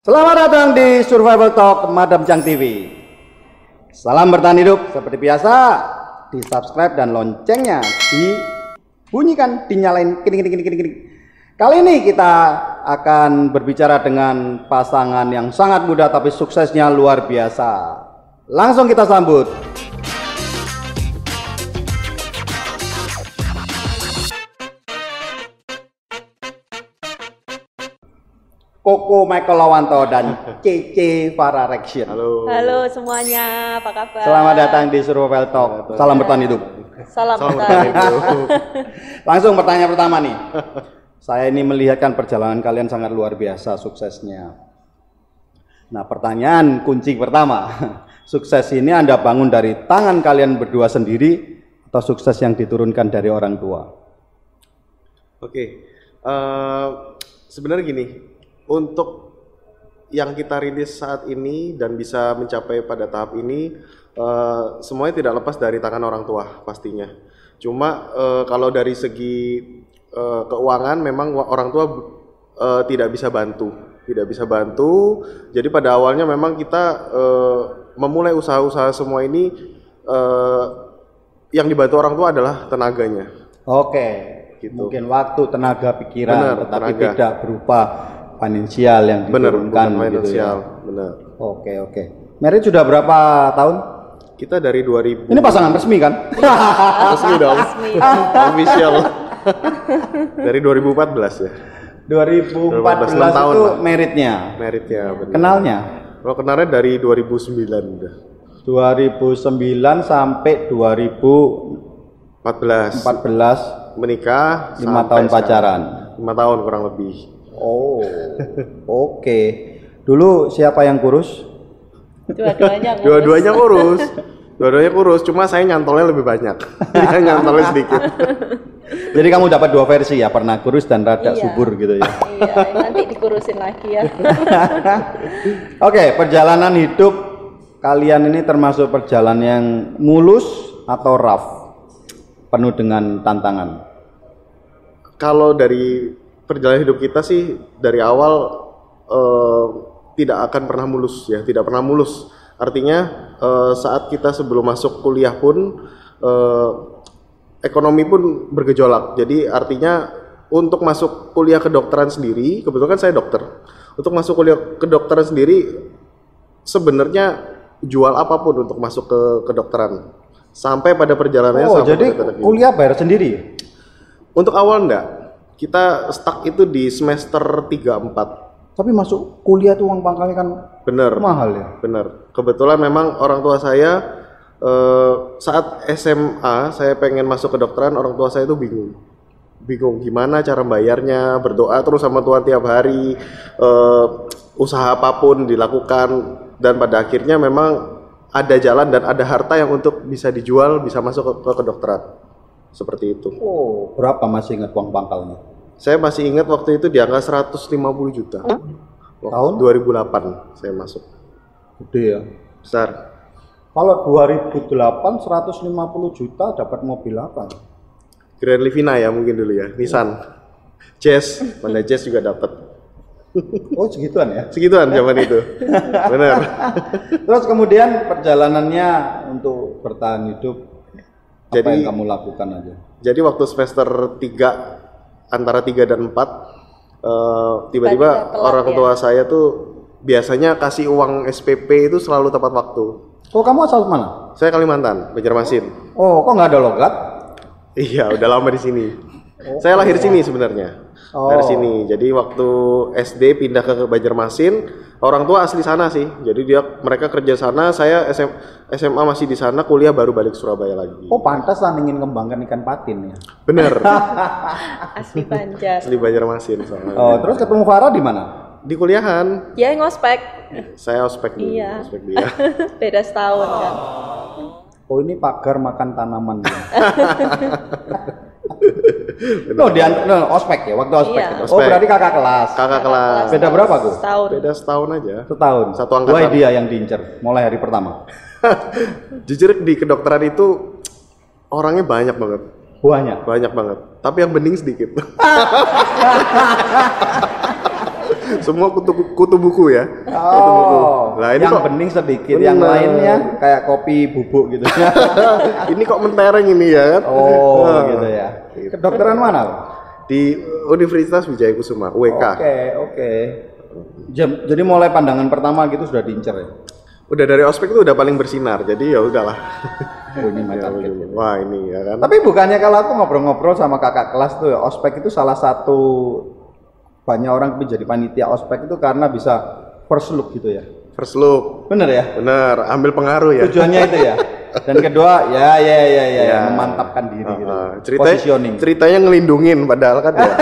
Selamat datang di Survival Talk Madam Chang TV. Salam bertahan hidup seperti biasa. Di subscribe dan loncengnya dibunyikan, dinyalain. Kali ini kita akan berbicara dengan pasangan yang sangat muda tapi suksesnya luar biasa. Langsung kita sambut. Koko Michael Lawanto dan Cece Farah Rection. Halo semuanya, apa kabar? Selamat datang di Survival Talk. Salam bertahan hidup. Salam bertahan hidup. Langsung pertanyaan pertama nih. Saya ini melihatkan perjalanan kalian sangat luar biasa suksesnya. Nah, pertanyaan kunci pertama. Sukses ini Anda bangun dari tangan kalian berdua sendiri atau sukses yang diturunkan dari orang tua? Oke. Sebenarnya gini. Untuk yang kita rilis saat ini dan bisa mencapai pada tahap ini, semuanya tidak lepas dari tangan orang tua pastinya. Cuma kalau dari segi keuangan memang orang tua tidak bisa bantu. Jadi pada awalnya memang kita memulai usaha-usaha semua ini yang dibantu orang tua adalah tenaganya. Oke, gitu. Mungkin waktu, tenaga, pikiran, benar, tetapi tenaga. Tidak berupa finansial yang diturunkan gitu ya. Benar. Oke. Married sudah berapa tahun? Kita dari 2000. Ini pasangan resmi kan? Resmi dong. Official. Dari 2014 ya. 2014 tahun itu meritnya. Meritnya benar. Kenalnya? Kalau kenalnya dari 2009 udah. 2009 sampai 2014 menikah, 5 tahun pacaran. 5 tahun kurang lebih. Oh, oke. Dulu siapa yang kurus? Dua-duanya kurus. Dua-duanya kurus, cuma saya nyantolnya lebih banyak. Dia nyantolnya sedikit. Jadi kamu dapat dua versi ya, pernah kurus dan rada subur gitu ya. Iya, nanti dikurusin lagi ya. Oke, perjalanan hidup kalian ini termasuk perjalanan yang mulus atau rough? Penuh dengan tantangan. Kalau dari perjalanan hidup kita sih dari awal tidak akan pernah mulus ya, tidak pernah mulus. Artinya saat kita sebelum masuk kuliah pun ekonomi pun bergejolak. Jadi artinya untuk masuk kuliah kedokteran sendiri, kebetulan saya dokter. Untuk masuk kuliah kedokteran sendiri sebenarnya jual apapun untuk masuk ke kedokteran. Sampai pada perjalanannya jadi kuliah bayar sendiri? Untuk awal enggak. Kita stuck itu di semester 3-4. Tapi masuk kuliah tuh uang pangkalnya kan mahal ya? Bener. Kebetulan memang orang tua saya saat SMA saya pengen masuk ke kedokteran, orang tua saya itu bingung gimana cara bayarnya, berdoa terus sama Tuhan tiap hari, usaha apapun dilakukan, dan pada akhirnya memang ada jalan dan ada harta yang untuk bisa dijual, bisa masuk ke kedokteran. Seperti itu. Oh, berapa masih ingat uang pangkalnya? Saya masih ingat waktu itu di angka 150 juta. Tahun 2008 saya masuk. Gede ya. Besar. Kalau 2008 150 juta dapat mobil apa? Grand Livina ya mungkin dulu ya. Nissan. Jazz, Honda Jazz juga dapat. Oh, segituan ya? Segituan zaman itu. Benar. Terus kemudian perjalanannya untuk bertahan hidup, apa yang kamu lakukan aja? Jadi waktu semester 3, antara 3 dan 4, tiba-tiba orang tua saya tuh biasanya kasih uang SPP itu selalu tepat waktu. Oh, kamu asal mana? Saya Kalimantan, Banjarmasin. Oh, kok nggak ada logat? Iya, udah lama di sini. Saya lahir sini sebenarnya. Dari sini. Jadi waktu SD pindah ke Banjarmasin, orang tua asli sana sih. Jadi mereka kerja sana, saya SMA masih di sana, kuliah baru balik Surabaya lagi. Oh, pantas lah ingin kembangkan ikan patin ya. Bener. Asli Banjar. Asli Banjarmasin soalnya. Oh, terus ketemu Farah di mana? Di kuliahan. Ya, ngospek. Saya ospek dulu. Iya. Ospek dia. Beda setahun kan. Oh, ini pagar makan tanaman. Ospek ya, waktu ospek. Iya. Oh, berarti kakak kelas. Kakak kelas. Beda berapa, Gu? Setahun. Beda setahun aja. Setahun. Satu angkatan. Wah, dia yang diincer mulai hari pertama. Jujur di kedokteran itu orangnya banyak banget. Banyak banget. Tapi yang bening sedikit. Semua kutu buku ya. Oh, Lah, ini yang kok- bening sedikit, yang Bener. lainnya kayak kopi bubuk gitu. Ini kok mentereng ini ya kan? Oh, Nah, gitu ya. Kedokteran mana? Di Universitas Wijaya Kusuma, UWK. Oke. Jadi mulai pandangan pertama gitu sudah diincer ya. Udah dari ospek itu udah paling bersinar, jadi ya udahlah. Oh, ini Ya, mata wah ini ya kan. Tapi bukannya kalau aku ngobrol-ngobrol sama kakak kelas tuh ya, ospek itu salah satu banyak orang menjadi panitia ospek itu karena bisa first look gitu ya. First look, Bener ya? bener, ambil pengaruh ya. Tujuannya itu ya. Dan kedua, ya, Ya. memantapkan diri gitu. Ceritanya, Positioning. ceritanya ngelindungin, padahal kan ya.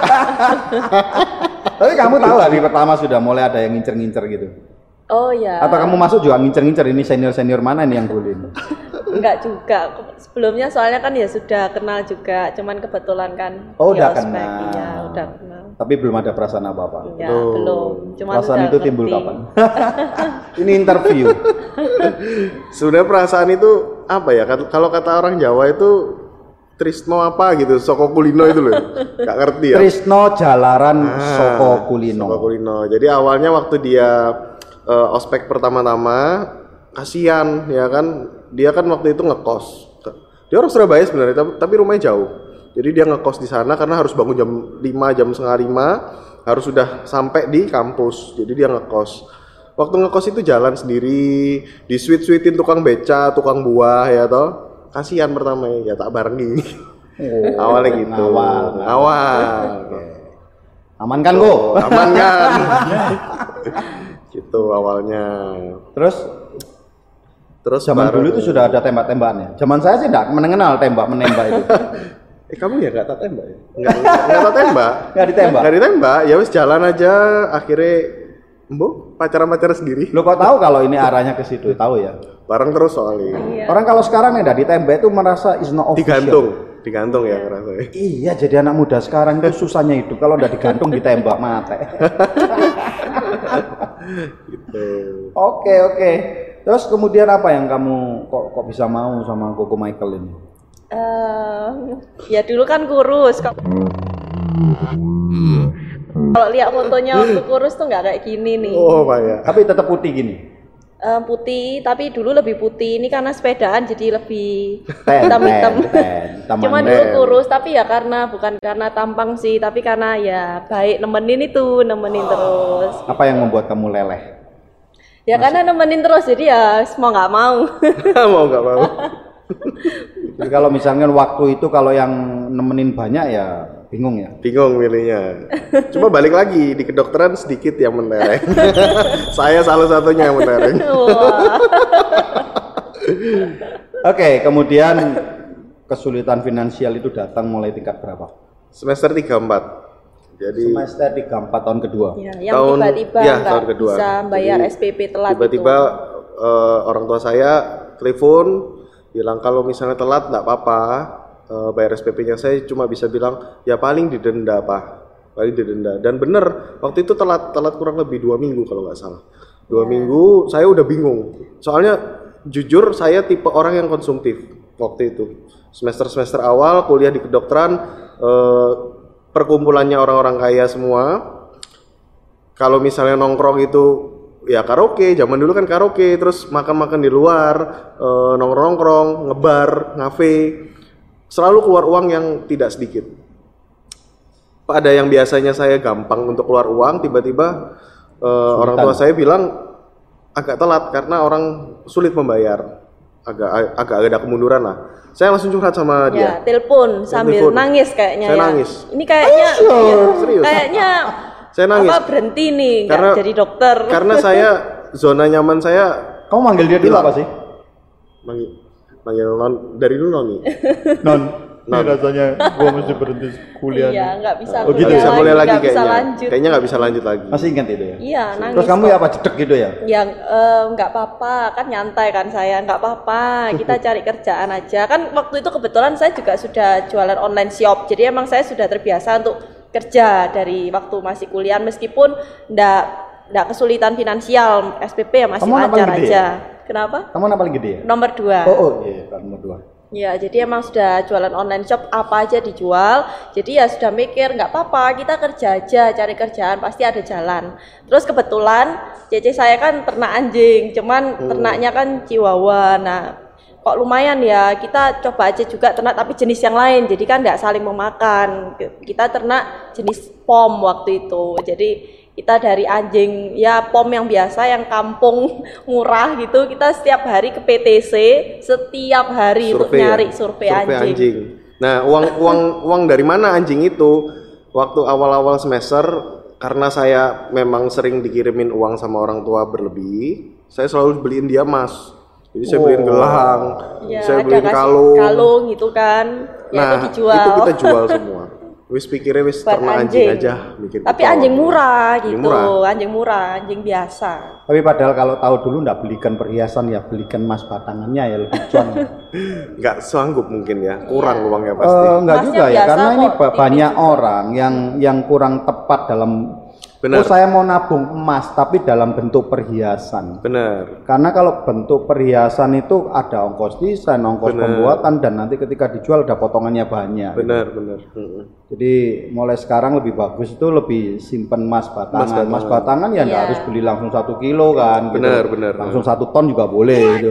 Tapi kamu tahu hari pertama sudah mulai ada yang ngincer-ngincer gitu. Oh ya. Atau kamu masuk juga ngincer-ngincer ini senior-senior mana ini yang bullying? Enggak juga. Sebelumnya soalnya kan ya sudah kenal juga, cuman kebetulan kan Oh, di udah ospek. kenal. Iya, udah kenal. Tapi belum ada perasaan apa-apa. Ya, belum. Cuman Perasaan udah itu timbul ngerti. kapan? Ini interview. Sebenarnya perasaan itu apa ya? Kalau kata orang Jawa itu Trisno apa gitu, Soko Kulino itu loh. Gak ngerti ya. Trisno Jalaran Soko Kulino. Soko Kulino. Jadi awalnya waktu dia ospek pertama-tama, kasihan ya kan. Dia kan waktu itu ngekos. Dia orang Surabaya sebenarnya, tapi rumahnya jauh. Jadi dia ngekos di sana karena harus bangun jam 5, jam setengah 5, harus sudah sampai di kampus. Jadi dia ngekos. Waktu ngekos itu jalan sendiri, disuit-suitin tukang beca, tukang buah ya toh. Kasihan pertama ya tak barengi. Oh, Awalnya gitu. Awal. Aman kan, Go? Aman kan? Gitu awalnya. Terus Zaman bareng- dulu itu sudah ada tembak-tembakannya. Zaman saya sih enggak mengenal tembak-menembak itu. kamu ya nggak tak tembak ya? Nggak tak tembak. Nggak ditembak. Nggak ditembak. Ya wis jalan aja. Akhirnya, pacaran sendiri. Lo kok tahu kalau ini arahnya ke situ? Tahu ya. Bareng terus soalnya. Iya. Orang kalau sekarang ya ditembak itu merasa is not official. Digantung ya ngerasa. Iya, jadi anak muda sekarang itu susahnya hidup kalau udah digantung ditembak mati. Gitu. Oke. Terus kemudian apa yang kamu kok bisa mau sama Koko Michael ini? Ya dulu kan kurus. Kalau lihat fotonya waktu kurus tuh nggak kayak gini nih. Oh Pak ya. Tapi tetap putih gini. Putih, tapi dulu lebih putih. Ini karena sepedaan jadi lebih Ten. hitam-hitam. Taman Cuman dulu kurus, tapi ya bukan karena tampang sih, tapi karena ya baik nemenin terus. Apa yang membuat kamu leleh? Ya karena nemenin terus, jadi ya mau nggak mau. Mau nggak mau. Jadi kalau misalnya waktu itu kalau yang nemenin banyak ya bingung ya. Bingung milihnya. Coba balik lagi di kedokteran sedikit yang mentereng. Saya salah satunya yang mentereng. Wah. Oke, kemudian kesulitan finansial itu datang mulai tingkat berapa? Semester 3-4. Jadi Semester 3-4 tahun kedua. Ya, yang tiba-tiba ya, nggak tahun kedua. bisa bayar Jadi, SPP telat tiba-tiba itu. orang tua saya telepon bilang kalau misalnya telat nggak apa-apa, bayar SPP-nya. Saya cuma bisa bilang ya paling didenda Pak, paling didenda. Dan bener waktu itu telat kurang lebih 2 minggu kalau nggak salah. 2 minggu saya udah bingung. Soalnya jujur saya tipe orang yang konsumtif waktu itu. Semester awal kuliah di kedokteran, perkumpulannya orang-orang kaya semua. Kalau misalnya nongkrong itu ya karaoke, zaman dulu kan karaoke, terus makan-makan di luar, nongkrong, ngebar, ngafe, selalu keluar uang yang tidak sedikit. Ada yang biasanya saya gampang untuk keluar uang, tiba-tiba orang tua saya bilang agak telat karena orang sulit membayar, agak ada kemunduran lah. Saya langsung curhat sama dia. Ya, telepon sambil Telepon. nangis kayaknya. Saya ya. nangis. Ini kayaknya Serius. kayaknya Saya nangis. apa berhenti nih nggak Karena- jadi dokter. Karena saya zona nyaman saya Kamu manggil dia dulu Hilang. apa sih? manggil non dari dulu noni. Non. Ini rasanya gua mesti berhenti kuliah. Iya, nggak bisa Oh, gitu. Bisa mulai lagi nggak bisa kayaknya. lanjut. Kayaknya nggak bisa lanjut lagi. Masih ingat itu ya? Iya, nangis. Terus kamu kok. ya apa cedek gitu ya? Ya nggak apa-apa, kan nyantai kan saya, nggak apa-apa, kita cari kerjaan aja. Kan waktu itu kebetulan saya juga sudah jualan online shop, jadi emang saya sudah terbiasa untuk kerja dari waktu masih kuliah, meskipun nggak kesulitan finansial, SPP ya masih Kamu anak lancar paling gede aja. Kenapa? Kamu anak paling gede ya? Nomor 2. Iya, nomor 2. Ya, jadi emang sudah jualan online shop, apa aja dijual. Jadi ya sudah mikir nggak apa-apa, kita kerja aja, cari kerjaan pasti ada jalan. Terus kebetulan cece saya kan ternak anjing, cuman ternaknya kan Chihuahua. Nah, kok lumayan ya, kita coba aja juga ternak tapi jenis yang lain. Jadi kan nggak saling memakan. Kita ternak jenis pom waktu itu. Jadi kita dari anjing ya pom yang biasa yang kampung murah gitu, kita setiap hari ke PTC setiap hari untuk nyari survei anjing. Nah, uang dari mana anjing itu? Waktu awal-awal semester, karena saya memang sering dikirimin uang sama orang tua berlebih, saya selalu beliin dia emas. Jadi saya beliin gelang, ya, saya beliin kalung gitu kan. Ya, nah, itu dijual. Itu kita jual semua. Wis pikirnya wis ternak anjing aja, mikir tapi gitu. anjing murah gitu, anjing murah, anjing biasa. Tapi padahal kalau tahu dulu nggak belikan perhiasan ya, belikan emas batangannya ya lebih cuan. Nggak sanggup mungkin ya, kurang uangnya pasti. Nggak juga ya, karena ini banyak orang yang kurang tepat dalam. Bener. Oh, saya mau nabung emas tapi dalam bentuk perhiasan. Benar. Karena kalau bentuk perhiasan itu ada ongkos desain, ongkos pembuatan, dan nanti ketika dijual ada potongannya banyak. Benar. Jadi mulai sekarang lebih bagus itu lebih simpen emas batangan. Emas batangan ya nggak harus beli langsung 1 kilo kan. Benar. Langsung 1 ton juga boleh gitu.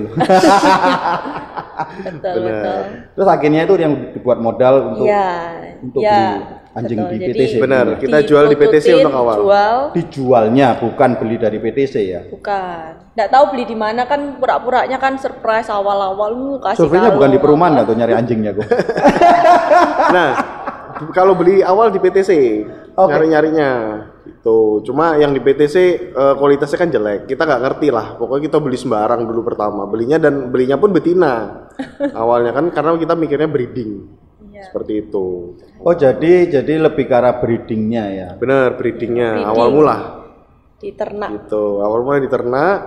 Betul. Terus akhirnya itu yang dibuat modal untuk beli anjing di PTC. Benar, kita jual di PTC untuk awal. Dijualnya bukan beli dari PTC ya? Bukan. Nggak tahu beli di mana kan, pura-puranya kan surprise awal-awal kasih. Surveinya bukan di perumahan atau nyari anjingnya kok. Nah, kalau beli awal di PTC, nyari-nyarinya itu. Cuma yang di PTC kualitasnya kan jelek. Kita nggak ngerti lah. Pokoknya kita beli sembarang dulu pertama. Belinya pun betina. Awalnya kan karena kita mikirnya breeding. Seperti itu. Oh, jadi lebih ke arah breedingnya ya? Bener, breedingnya. Awal mula di ternak. Gitu. Awal mula di ternak.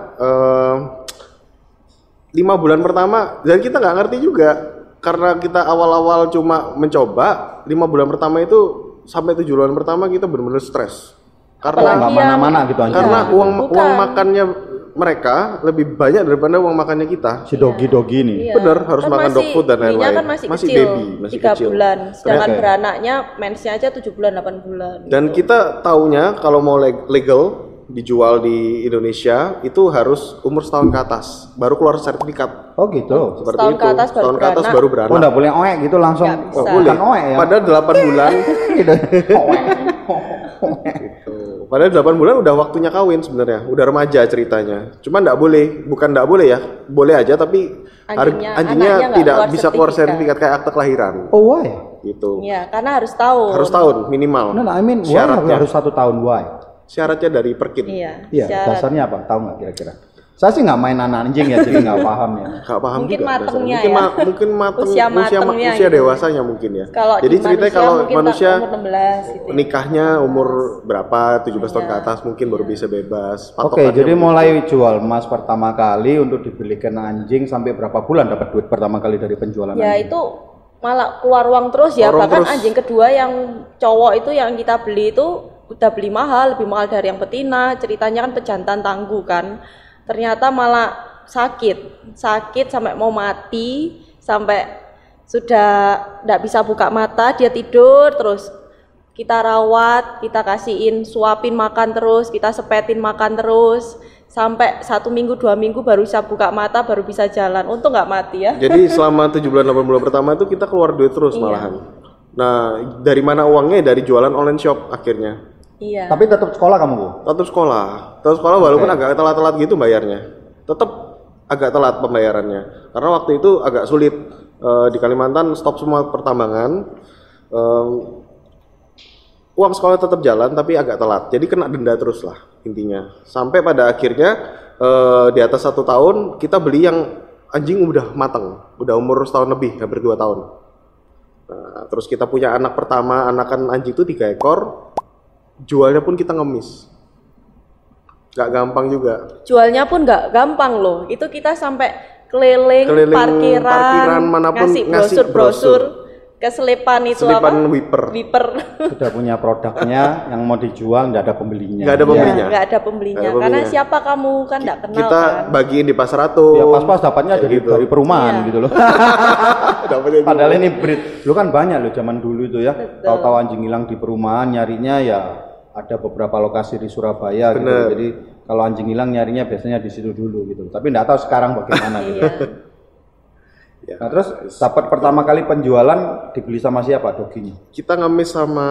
5 bulan pertama, dan kita nggak ngerti juga. Karena kita awal-awal cuma mencoba, 5 bulan pertama itu sampai 7 bulan pertama kita benar-benar stres. Karena nggak mana-mana gitu aja. Karena uang makannya mereka lebih banyak daripada uang makannya kita. Si dogi-dogi nih. Iya. Bener, harus kan makan dog food dan lain-lain. Kan masih kecil, baby, masih 3 kecil. bulan. Sedangkan beranaknya mensnya aja 7 bulan, 8 bulan. Dan kita taunya kalau mau legal dijual di Indonesia itu harus umur setahun ke atas baru keluar sertifikat. Oh gitu. Seperti setahun itu. Ke atas setahun ke atas baru beranak. Oh, nggak boleh oek gitu langsung. Boleh. Oek ya. Padahal 8 bulan. Gitu. Gitu. Padahal 8 bulan udah waktunya kawin sebenarnya, udah remaja ceritanya. Cuma nggak boleh, bukan nggak boleh ya, boleh aja tapi anjingnya tidak bisa keluar sertifikat kayak akte kelahiran. Oh why? Gitu. Iya, karena harus tahu. Harus tahun minimal. No, I mean syaratnya harus 1 tahun why? Syaratnya dari Perkin. Iya. Dasarnya apa? Tahu nggak kira-kira? Saya sih nggak main anak anjing ya, jadi nggak paham ya. Nggak paham mungkin juga. Matengnya mungkin mateng, usia gitu. dewasanya mungkin ya. Kalau jadi ceritanya kalau manusia umur 16 gitu. Nikahnya umur berapa? 17 tahun ke atas mungkin baru bisa bebas. Oke, jadi mulai jual emas pertama kali untuk dibelikan anjing sampai berapa bulan dapat duit pertama kali dari penjualan ya anjing? Itu malah keluar uang terus ya. Bahkan anjing kedua yang cowok itu yang kita beli itu udah beli mahal, lebih mahal dari yang betina. Ceritanya kan pejantan tangguh kan. Ternyata malah sakit sampai mau mati, sampai sudah tidak bisa buka mata, dia tidur terus. Kita rawat, kita kasihin, suapin makan terus, kita sepetin makan terus, sampai 1 minggu 2 minggu baru bisa buka mata, baru bisa jalan. Untung nggak mati ya. Jadi selama 7 bulan 8 bulan pertama itu kita keluar duit terus malahan. Nah, dari mana uangnya? Dari jualan online shop akhirnya. Iya. Tapi tetap sekolah kamu, Bu? Tetap sekolah walaupun agak telat-telat gitu bayarnya. Tetap agak telat pembayarannya. Karena waktu itu agak sulit di Kalimantan stop semua pertambangan. Uang sekolah tetap jalan tapi agak telat. Jadi kena denda terus lah intinya. Sampai pada akhirnya di atas 1 tahun kita beli yang anjing udah matang, udah umur setahun lebih, hampir 2 tahun. Nah, terus kita punya anak pertama, anakan anjing itu 3 ekor. Jualnya pun kita ngemis, nggak gampang juga. Jualnya pun nggak gampang loh. Itu kita sampai keliling parkiran manapun ngasih brosur. keselipan itu Selipan apa? wiper. Wiper. Sudah punya produknya yang mau dijual nggak ada pembelinya. Nggak ada pembelinya. Nggak ada pembelinya. Nggak ada Karena pembelinya. siapa kamu kan nggak kenal Kita kan. bagiin di pasar atur. Ya pas-pas dapatnya Kayak dari perumahan Iya. gitu loh. Dapatnya di Padahal ini breed. Lu kan banyak loh zaman dulu itu ya. Betul. Tahu-tahu anjing hilang di perumahan nyarinya ya ada beberapa lokasi di Surabaya gitu. Bener. Jadi kalau anjing hilang nyarinya biasanya di situ dulu gitu. Tapi nggak tahu sekarang bagaimana gitu. Iya. Ya. Nah terus dapat pertama kali penjualan dibeli sama siapa doginya? Kita ngemis sama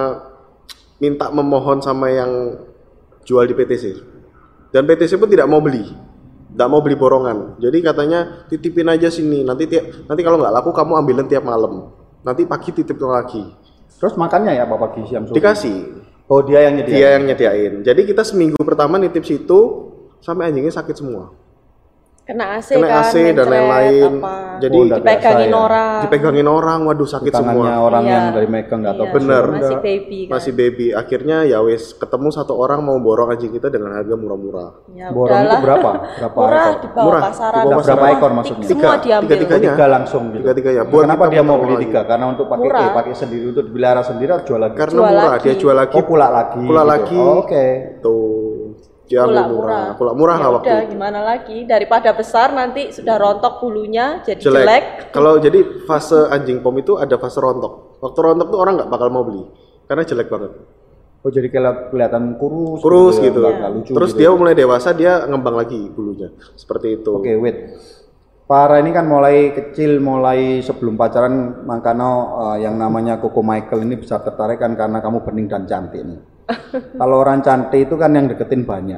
minta memohon sama yang jual di PTC. Dan PTC pun tidak mau beli. Tidak mau beli borongan. Jadi katanya titipin aja sini. Nanti kalau nggak laku kamu ambilin tiap malam. Nanti pagi titip lagi. Terus makannya ya Pak pagi siang sore? Dikasih. Oh dia yang nyediain? Dia yang nyediain. Jadi kita seminggu pertama nitip situ sampai anjingnya sakit semua. Kena AC Kena kan, AC dan mencret, lain-lain. apa. Jadi Oh, udah dipegangin biasa ya. orang. Dipegangin orang, waduh sakit Tangannya semua. orang Iya. yang dari megang nggak tahu Iya. Bener. Masih baby kan. Masih baby. Akhirnya ya wes ketemu satu orang mau borong anjing kita dengan harga murah-murah. Ya Borong itu udahlah. berapa? Berapa Murah ekor? di bawah Murah, pasaran. di bawah Berapa pasaran. ekor maksudnya? Semua diambil. Tiga-tiganya. Tiga langsung gitu. Tiga-tiganya. Kenapa kita dia mau potong beli lagi. tiga? Karena untuk pakai Murah. pakai sendiri untuk dipelihara sendiri atau jual lagi? Karena Jual murah, lagi. dia jual lagi. Oh pula lagi. Pula gitu. lagi. Oh, Oke. Tuh. Dia ambil murah. Pula murah Ya lah waktu udah, itu. gimana lagi? Daripada besar nanti sudah rontok bulunya jadi jelek. Kalau jadi fase anjing pom itu ada fase rontok. Waktu rontok tuh orang nggak bakal mau beli karena jelek banget. Oh jadi kelihatan kurus. Kurus ya, gitu. nggak lucu Terus gitu. dia mulai dewasa dia ngembang lagi bulunya. Seperti itu. Oke, wait. Para ini kan mulai kecil, mulai sebelum pacaran, makanya yang namanya Koko Michael ini bisa tertarik kan karena kamu bening dan cantik nih. Kalau orang cantik itu kan yang deketin banyak.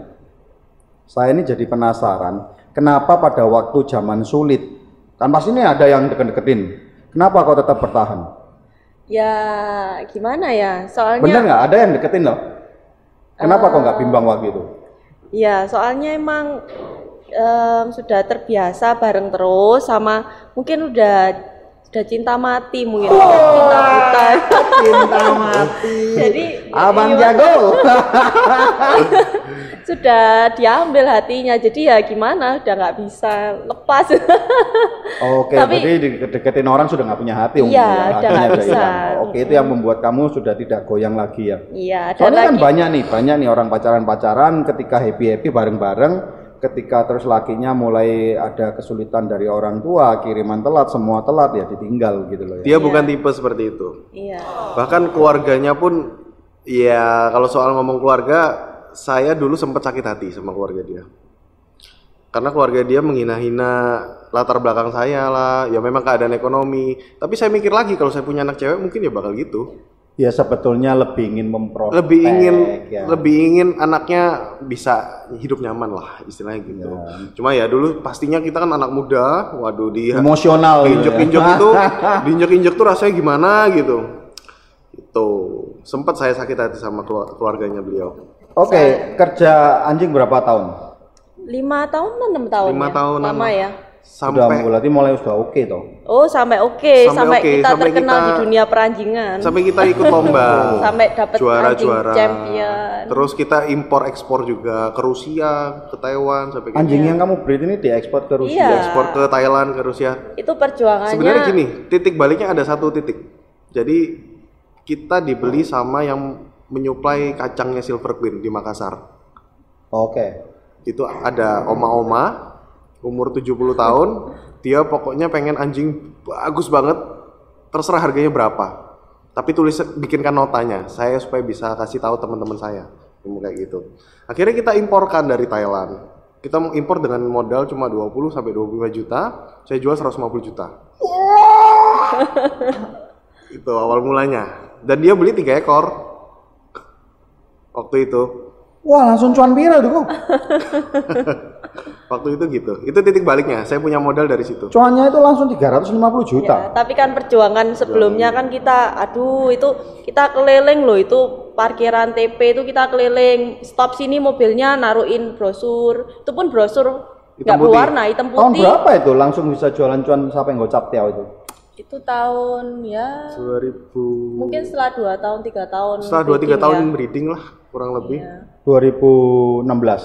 Saya ini jadi penasaran, kenapa pada waktu zaman sulit, kan pasti ini ada yang deket-deketin. Kenapa kau tetap bertahan? Ya gimana ya? Soalnya Bener nggak ada yang deketin loh? Kenapa kau nggak bimbang waktu itu? ya soalnya emang sudah terbiasa bareng terus sama mungkin udah cinta mati mungkin cinta buta. Cinta mati. Jadi Abang iya, jago. sudah diambil hatinya jadi ya gimana udah nggak bisa lepas. Oke, Tapi- jadi deketin orang sudah nggak punya hati. Iya, ya, udah akhirnya nggak ada bisa. hilang. Oke, itu yang membuat kamu sudah tidak goyang lagi ya. Iya, dan Soalnya kan lagi banyak nih orang pacaran ketika happy bareng-bareng, ketika terus lakinya mulai ada kesulitan dari orang tua, kiriman telat, semua telat ya ditinggal gitu loh ya. Dia bukan tipe seperti itu. iya. Bahkan keluarganya pun ya kalau soal ngomong keluarga, saya dulu sempat sakit hati sama keluarga dia. Karena keluarga dia menghina-hina latar belakang saya lah, ya memang keadaan ekonomi. Tapi saya mikir lagi kalau saya punya anak cewek mungkin ya bakal gitu. Ya sebetulnya lebih ingin memprotek. Lebih ingin anaknya bisa hidup nyaman lah istilahnya gitu. Cuma ya dulu pastinya kita kan anak muda, waduh emosional gitu ya. diinjek-injek itu, diinjek-injek tuh rasanya gimana gitu. Itu sempat saya sakit hati sama keluarganya beliau. Oke, kerja anjing berapa tahun? 5 tahun 6 tahun 5 ya? tahunan. Lama ya. Sudah Sampai mulai sudah oke toh. Oh sampai Sampai sampai oke, kita sampai terkenal kita- di dunia peranjingan. sampai kita ikut lomba. Sampai dapat Juara-juara. anjing champion. Terus kita impor ekspor juga ke Rusia, ke Taiwan sampai kayak Anjing gitu. yang kamu breed ini diekspor ke Rusia. Iya. Ekspor ke Thailand, ke Rusia. Itu perjuangannya. Sebenarnya gini, titik baliknya ada satu titik. Jadi kita dibeli sama yang menyuplai kacangnya Silver Queen di Makassar. Oke. Itu ada oma-oma umur 70 tahun, dia pokoknya pengen anjing bagus banget, terserah harganya berapa. Tapi bikinkan notanya, saya supaya bisa kasih tahu teman-teman saya. Kayak gitu. Akhirnya kita imporkan dari Thailand. Kita mau impor dengan modal cuma 20 sampai 25 juta, saya jual 150 juta. Itu awal mulanya. Dan dia beli 3 ekor. Waktu itu. Wah, langsung cuan pira tuh kok. Waktu itu gitu. Itu titik baliknya. Saya punya modal dari situ. Cuannya itu langsung 350 Ya, juta. tapi kan perjuangan sebelumnya kan kita, aduh itu kita keliling loh, itu parkiran TP itu kita keliling, stop sini mobilnya naruhin brosur, itu pun brosur Hitam nggak putih. berwarna, hitam Tahun putih. berapa itu langsung bisa jualan cuan sampai ngocap tiaw itu? Itu tahun ya 2000. mungkin setelah 2 tahun 3 tahun. Setelah 2-3 breeding tahun ya. breeding lah kurang lebih. Iya. 2016.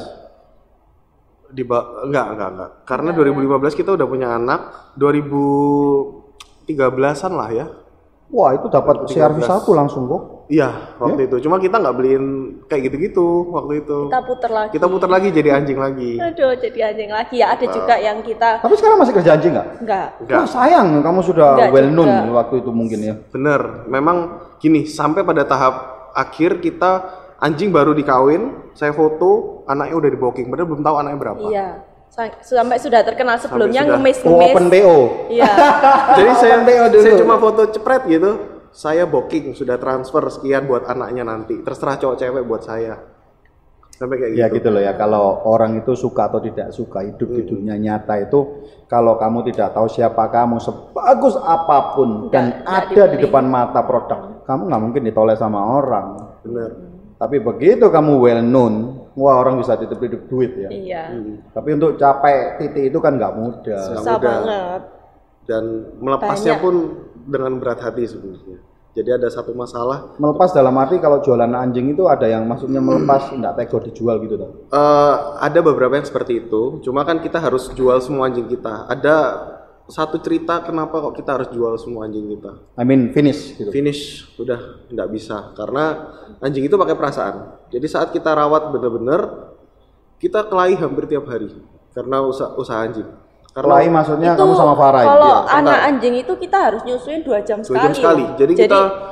Enggak. Karena 2015 kita udah punya anak, 2013-an lah ya. Wah, itu dapat servis 1 langsung kok. Iya, waktu itu. Cuma kita nggak beliin kayak gitu-gitu waktu itu. Kita puter lagi jadi anjing lagi. Aduh, jadi anjing lagi ya. Ada juga yang kita Tapi sekarang masih kerja anjing nggak? enggak. Wah, sayang kamu sudah Nggak well known juga. waktu itu mungkin ya. Bener, memang gini, sampai pada tahap akhir kita anjing baru dikawin, saya foto, anaknya udah di booking, padahal belum tahu anaknya berapa. Iya. Sampai sudah terkenal sebelumnya sudah. ngemis-ngemis. Open PO. Iya. Jadi PO dulu. saya cuma foto cepret gitu, saya booking, sudah transfer sekian buat anaknya nanti, terserah cowok cewek buat saya. Sampai kayak Ya gitu. gitu loh ya, kalau orang itu suka atau tidak suka hidup di dunia nyata itu, kalau kamu tidak tahu siapa kamu, sebagus apapun dan Nggak ada di dipilih. depan mata produk, kamu nggak mungkin ditolak sama orang. Bener. Tapi begitu kamu well known, wah orang bisa titip-titip duit ya. Iya. Tapi untuk capai titik itu kan nggak mudah. Susah mudah. banget. Dan melepasnya Banyak. pun dengan berat hati sebenarnya. Jadi ada satu masalah, Melepas dalam arti kalau jualan anjing itu ada yang maksudnya melepas, nggak tega dijual gitu dong. ada beberapa yang seperti itu. Cuma kan kita harus jual semua anjing kita. Ada satu cerita kenapa kok kita harus jual semua anjing kita. I mean finish gitu. Finish udah nggak bisa karena anjing itu pakai perasaan. Jadi saat kita rawat bener-bener, kita kelahi hampir tiap hari karena usaha anjing. Karena Kelahi maksudnya Itu kamu sama Farah ya? kalau Iya, anak sebentar. anjing itu kita harus nyusuin 2 jam 2 sekali. jam sekali. loh. Jadi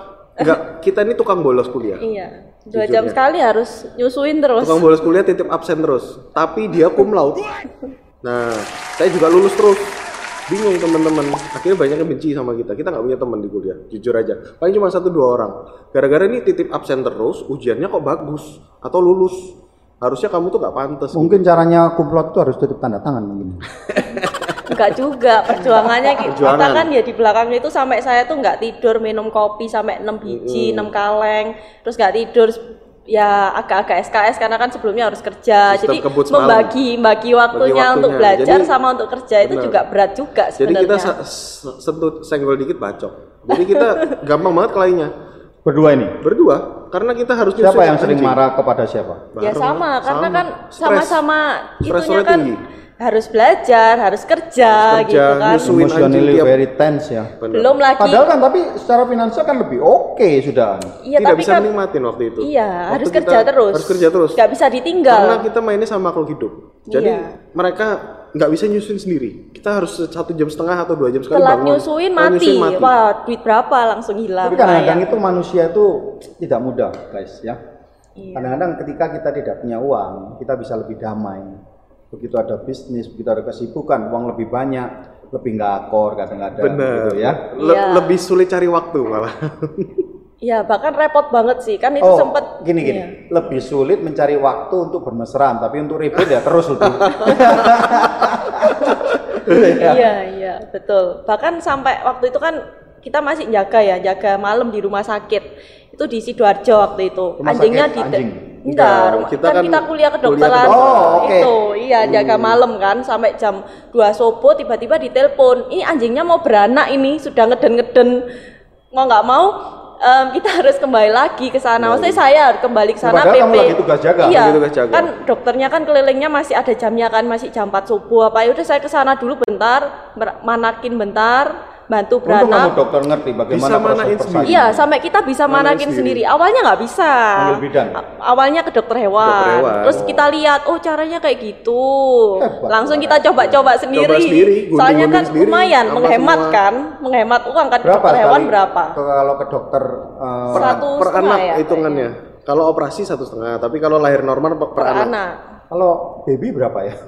kita ini tukang bolos kuliah. Iya. 2 Jujur jam ya. sekali harus nyusuin terus. Tukang bolos kuliah titip absen terus. Tapi dia cum laude. Nah, saya juga lulus terus. Bingung teman-teman. Akhirnya banyak yang benci sama kita. Kita nggak punya teman di kuliah. Jujur aja. Paling cuma 1-2 orang. Gara-gara ini titip absen terus, ujiannya kok bagus atau lulus. Harusnya kamu tuh nggak pantas. Mungkin caranya kumplot itu harus tutup tanda tangan mungkin. Enggak juga, perjuangannya kita Perjuangan. kan ya di belakang itu sampai saya tuh nggak tidur minum kopi sampai 6 biji, 6 kaleng, terus nggak tidur ya agak-agak SKS karena kan sebelumnya harus kerja. Sistem Jadi kebut semalam. membagi waktunya untuk waktunya. belajar Jadi, sama untuk kerja itu benar. juga berat juga Jadi kita sebenarnya. sentuh senggol dikit bacok. Jadi kita gampang banget kelahinya. Berdua ini. Berdua, karena kita harus Siapa nyusun yang sering anjing. marah kepada siapa? Ya Bareng. sama, karena kan Stres. sama-sama Stresnya itunya kan tinggi. harus belajar, harus kerja, Harus kerja, gitu kan. nyusuin Emotionally anjing tiap- very tense ya. Bener. Belum lagi. Padahal kan tapi secara finansial kan lebih oke sudah. Iya, tidak tapi bisa kan menikmatin waktu itu. iya, Waktu harus kita kerja terus. Harus kerja terus. Nggak bisa ditinggal. Karena kita mainnya sama makhluk hidup. Jadi Iya. mereka nggak bisa nyusuin sendiri. Kita harus 1,5 jam atau 2 jam sekali Telat bangun. nyusuin Telat mati. nyusuin Wah, duit berapa langsung hilang. Tapi kadang-kadang Bayang. itu manusia itu tidak mudah, guys ya. Iya. Kadang-kadang ketika kita tidak punya uang, kita bisa lebih damai. Begitu ada bisnis, begitu ada kesibukan, uang lebih banyak, lebih nggak akor kadang-kadang Bener. gitu ya. Iya. Lebih sulit cari waktu malah. Iya, bahkan repot banget sih. Kan itu Oh, sempet gini. Iya. Lebih sulit mencari waktu untuk bermesraan, tapi untuk ribut ya terus lebih. Iya, betul. Bahkan sampai waktu itu kan kita masih jaga malam di rumah sakit. Itu di Sidoarjo waktu itu. Rumah Anjingnya sakit di anjing? Enggak, Kita kan kan kita kuliah kuliah kedokteran. kedokteran. Oh, oke. Itu, iya jaga malam kan sampai jam 2 subuh tiba-tiba ditelepon. Ini anjingnya mau beranak ini, sudah ngeden-ngeden. Mau nggak mau kita harus kembali lagi ke sana. Maksudnya saya harus kembali ke sana. Padahal kamu PP. lagi tugas jaga. Iya, Lagi tugas jaga. kan dokternya kan kelilingnya masih ada jamnya kan, masih jam 4 subuh apa. Ya udah saya ke sana dulu bentar, manakin bentar, bantu Untung kamu beranak. dokter ngerti bagaimana Bisa proses manain persalinan. Iya, sampai kita bisa Manain manakin sendiri. sendiri. Awalnya nggak bisa. Panggil bidan. Awalnya ke dokter hewan. Dokter hewan. Terus kita lihat, oh caranya kayak gitu. Hebat. Langsung kita coba-coba sendiri. sendiri, Soalnya kan gunting-gunting sendiri, lumayan sama menghemat semua. kan, menghemat uang kan. Berapa Dokter hewan sekali berapa? Kalau ke dokter Per, Satu per setengah anak ya, hitungannya. Kalau operasi 1,5, tapi kalau lahir normal per Per anak. anak. kalau baby berapa ya?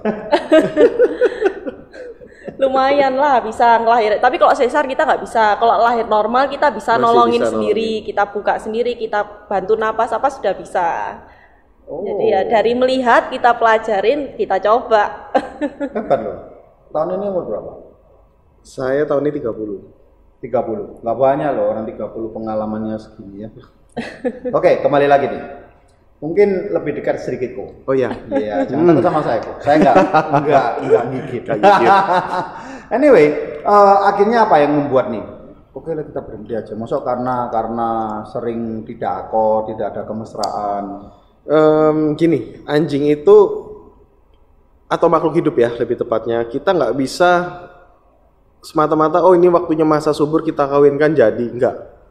Lumayan lah bisa ngelahir. Tapi kalau sesar kita nggak bisa. Kalau lahir normal kita bisa Masih nolongin bisa sendiri, kita buka sendiri, kita bantu napas apa sudah bisa. Oh. Jadi ya dari melihat kita pelajarin, kita coba. Hebat loh. Tahun ini umur berapa? Saya tahun ini 30. 30. Nggak banyak loh orang 30 pengalamannya segini ya. Oke, kembali lagi nih. Mungkin lebih dekat sedikit kok. Oh ya. Iya, jangan takut sama saya kok. Saya enggak gigit. Nggak gigit. Anyway, akhirnya apa yang membuat nih? Oke lah kita berhenti aja. Masuk karena sering tidak akor, tidak ada kemesraan. Gini, anjing itu atau makhluk hidup ya lebih tepatnya, kita nggak bisa semata-mata oh ini waktunya masa subur kita kawinkan jadi, enggak.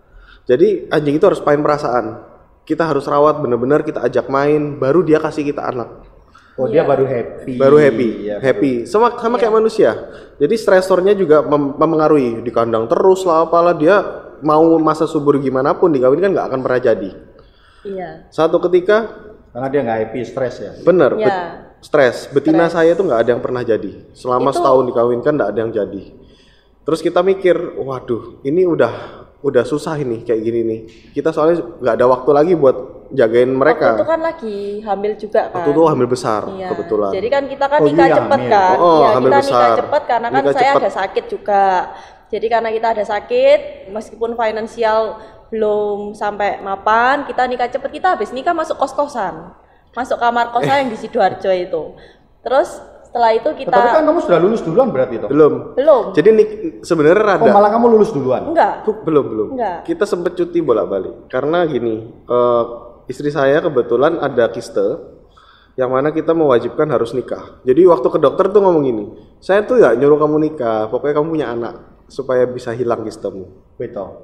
Jadi anjing itu harus main perasaan. Kita harus rawat benar-benar, kita ajak main, baru dia kasih kita anak. Oh dia baru happy. Baru happy, Iya, happy. Sama kayak manusia. Jadi stresornya juga mempengaruhi. Di kandang terus lah, apalah dia mau masa subur gimana pun dikawin kan nggak akan pernah jadi. Iya. Satu ketika, Karena dia nggak happy, stres ya. bener, Ya. stres. Betina saya tuh nggak ada yang pernah jadi. Selama setahun dikawinkan nggak ada yang jadi. Terus kita mikir, waduh, ini udah susah ini kayak gini nih. Kita soalnya nggak ada waktu lagi buat jagain mereka. Waktu itu kan lagi hamil juga kan. Waktu itu hamil besar Iya. kebetulan. Jadi kan kita kan Oh, nikah iya, cepet hamil. kan. Oh, Iya, hamil kita besar. nikah cepet karena kan Nikah saya cepet. ada sakit juga. Jadi karena kita ada sakit, meskipun finansial belum sampai mapan, kita nikah cepet, kita habis nikah masuk kos-kosan. Masuk kamar kosan yang di Sidoarjo itu. Terus setelah itu kita Tapi kan kamu sudah lulus duluan berarti toh? belum. Jadi sebenarnya rada. Oh malah kamu lulus duluan? Enggak. Belum. Enggak. Kita sempet cuti bolak-balik. Karena gini, istri saya kebetulan ada kiste, yang mana kita mewajibkan harus nikah. Jadi waktu ke dokter tuh ngomong gini, saya tuh ya nyuruh kamu nikah, pokoknya kamu punya anak supaya bisa hilang kistemu. Betul.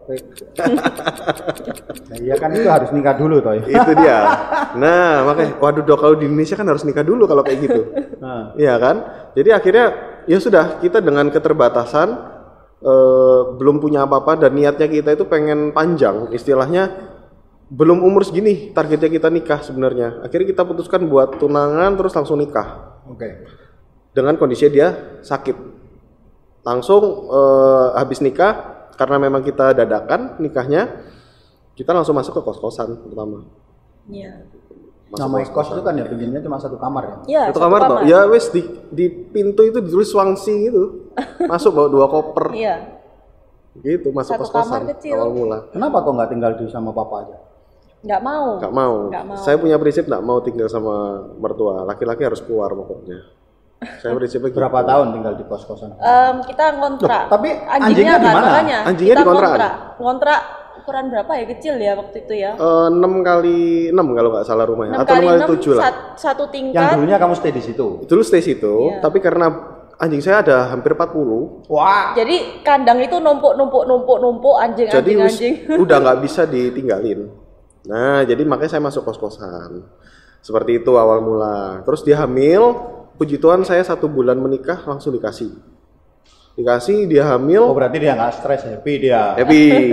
Nah, iya kan itu harus nikah dulu toh. Itu dia. Nah makanya, waduh dok, kalau di Indonesia kan harus nikah dulu kalau kayak gitu. Nah. Iya kan? Jadi akhirnya ya sudah, kita dengan keterbatasan belum punya apa-apa dan niatnya kita itu pengen panjang, istilahnya belum umur segini targetnya kita nikah sebenarnya. Akhirnya kita putuskan buat tunangan terus langsung nikah. Oke. Dengan kondisi dia sakit. Langsung habis nikah, karena memang kita dadakan nikahnya, kita langsung masuk ke kos-kosan pertama. Iya. Nama kos itu kan ya pinginnya cuma satu kamar ya. Iya, Satu kamar toh. Ya wes di pintu itu ditulis Swansea gitu. Masuk bawa 2 koper. Iya. Gitu masuk Satu kos-kosan kamar kecil. awal mula. Kenapa kok nggak tinggal di sama papa aja? Nggak mau. Nggak mau. Nggak mau. Saya punya prinsip nggak mau tinggal sama mertua. Laki-laki harus keluar pokoknya. Saya prinsipnya gitu. Berapa tahun tinggal di kos-kosan? Kita ngontrak. Loh, tapi anjingnya di kan, mana? makanya. Anjingnya Kita di kontrakan? Ngontrak ukuran berapa ya, kecil ya waktu itu ya. 6x6 kalau nggak salah rumahnya. 6 Atau kali 6 6 x 7 lah. satu Yang tingkat. dulunya kamu stay di situ. Dulu stay situ, Iya. tapi karena anjing saya ada hampir 40. Wah. Jadi kandang itu numpuk anjing. Jadi udah nggak bisa ditinggalin. Nah, jadi makanya saya masuk kos-kosan. Seperti itu awal mula. Terus dia hamil, puji Tuhan saya 1 bulan menikah langsung dikasih. Dikasih, dia hamil. Oh berarti dia nggak stres, happy dia. Happy.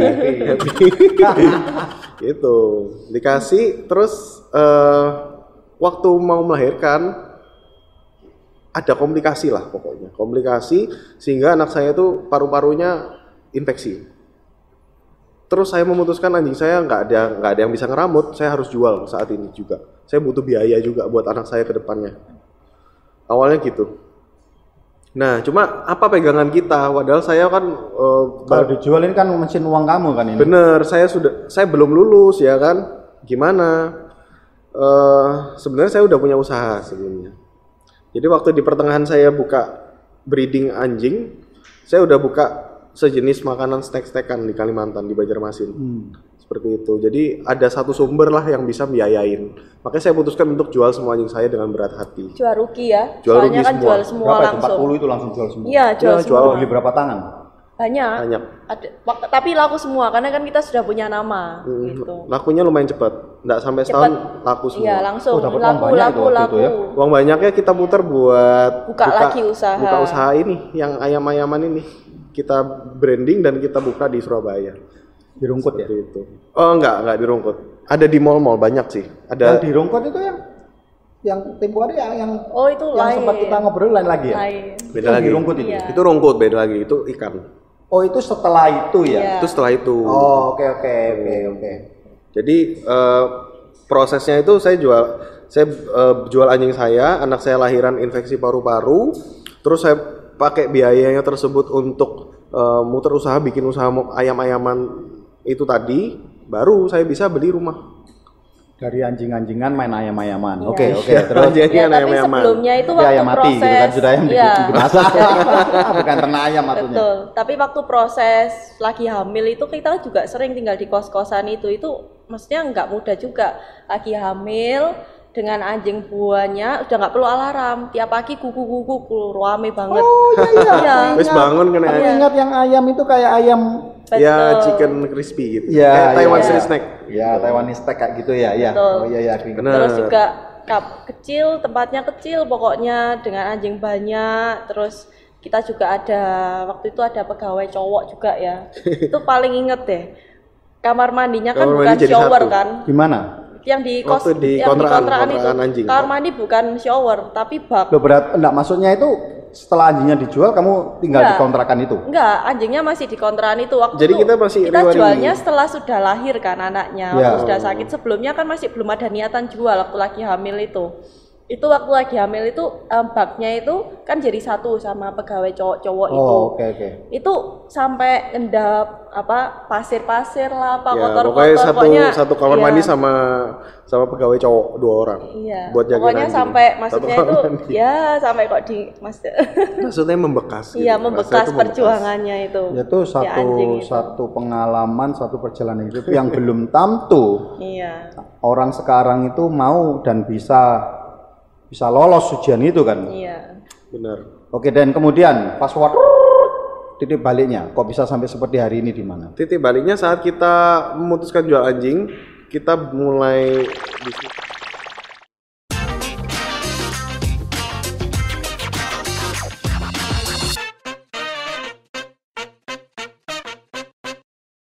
Gitu. Dikasih, terus waktu mau melahirkan ada komplikasi lah pokoknya. Komplikasi sehingga anak saya itu paru-parunya infeksi. Terus saya memutuskan anjing saya nggak ada yang bisa ngeramut, saya harus jual saat ini juga. Saya butuh biaya juga buat anak saya ke depannya. Awalnya gitu. Nah, cuma apa pegangan kita? Padahal saya kan Kalau dijualin kan mesin uang kamu kan ini. bener, saya belum lulus ya kan. Gimana? Sebenarnya saya udah punya usaha sebelumnya. Jadi waktu di pertengahan saya buka breeding anjing, saya udah buka sejenis makanan stek-stekan di Kalimantan, di Banjarmasin. Seperti itu. Jadi ada satu sumber lah yang bisa biayain. Makanya saya putuskan untuk jual semua anjing saya dengan berat hati. Jual rugi ya. Jual Soalnya rugi kan semua. jual semua Berapa itu? langsung. 40 itu langsung jual semua. Iya, jual Ya, semua. Beli berapa tangan? Banyak. Banyak. Tapi laku semua karena kan kita sudah punya nama gitu. Lakunya lumayan cepat. Nggak sampai setahun laku semua. Iya, langsung Oh, dapat uang laku banyak itu waktu itu ya? Uang banyaknya kita putar buat Buka lagi usaha. Buka usaha ini yang ayam-ayaman ini. Kita branding dan kita buka di Surabaya. Dirungkut ya? Seperti itu. Oh, enggak di Rungkut. Ada di mall-mall banyak sih. Ada Yang dirungkut itu yang tempo hari yang Oh, itu yang lain. sempat kita ngobrol lain lagi ya? Lain. beda Yang lagi. dirungkut itu? Iya. Itu Rungkut beda lagi. Itu ikan. Oh itu setelah itu ya? Iya. Itu setelah itu. Oh oke. Jadi prosesnya itu saya jual anjing saya, anak saya lahiran infeksi paru-paru, terus saya pakai biayanya tersebut untuk muter usaha, bikin usaha ayam-ayaman itu tadi, baru saya bisa beli rumah. Dari anjing-anjingan main ayam-ayaman. Iya. Oke. Terus Anjingnya Ya, tapi ayam-ayaman. sebelumnya itu Tapi waktu ayam mati proses. gitu kan, sudah ayam Iya. dimasak. Bukan ternak ayam maksudnya. Betul. Tapi waktu proses lagi hamil itu kita juga sering tinggal di kos-kosan itu maksudnya nggak mudah juga. Lagi hamil dengan anjing buahnya udah nggak perlu alarm. Tiap pagi kuku rame banget. Oh iya. Iya. Wis bangun kan Aku ayam. ingat yang ayam itu kayak ayam Ya chicken crispy gitu. Ya, Kayak Taiwan ya, street ya. snack. Ya, Taiwanese steak kayak gitu ya. Ya. Betul. Oh iya ya. Benar. Terus juga cup kecil, tempatnya kecil pokoknya dengan anjing banyak. Terus kita juga ada waktu itu ada pegawai cowok juga ya. Itu paling inget deh. Kamar mandinya kan Kamar bukan mandi jadi shower satu. kan. Gimana? Yang di kos Waktu di yang kontrakan itu. anjing. Kamar mandi bukan shower tapi bak. Lo berat enggak maksudnya itu setelah anjingnya dijual kamu tinggal di Enggak. kontrakan itu? Enggak, anjingnya masih di kontrakan itu waktu Jadi itu kita masih kita riwa-riwi. jualnya setelah sudah lahir kan anaknya, Ya. waktu sudah sakit. Sebelumnya kan masih belum ada niatan jual waktu lagi hamil itu. Itu waktu lagi hamil itu baknya itu kan jadi satu sama pegawai cowok-cowok itu. Oh, oke. Itu sampai endap apa pasir-pasir lah, apa Ya, kotor-kotor pokoknya satu kamar iya. mandi sama pegawai cowok 2 orang. Iya. Buat jagain Pokoknya anjing. sampai Satu maksudnya kamar itu mandi. ya sampai kok di Mas. Maksudnya membekas. gitu. Iya, Rasanya membekas itu perjuangannya itu. Itu si anjing itu. satu pengalaman, satu perjalanan hidup yang belum tentu Iya. orang sekarang itu mau dan bisa lolos ujian itu kan. Iya. Benar. Oke, dan kemudian pas waktu titik baliknya kok bisa sampai seperti hari ini di mana? Titik baliknya saat kita memutuskan jual anjing, kita mulai bisnis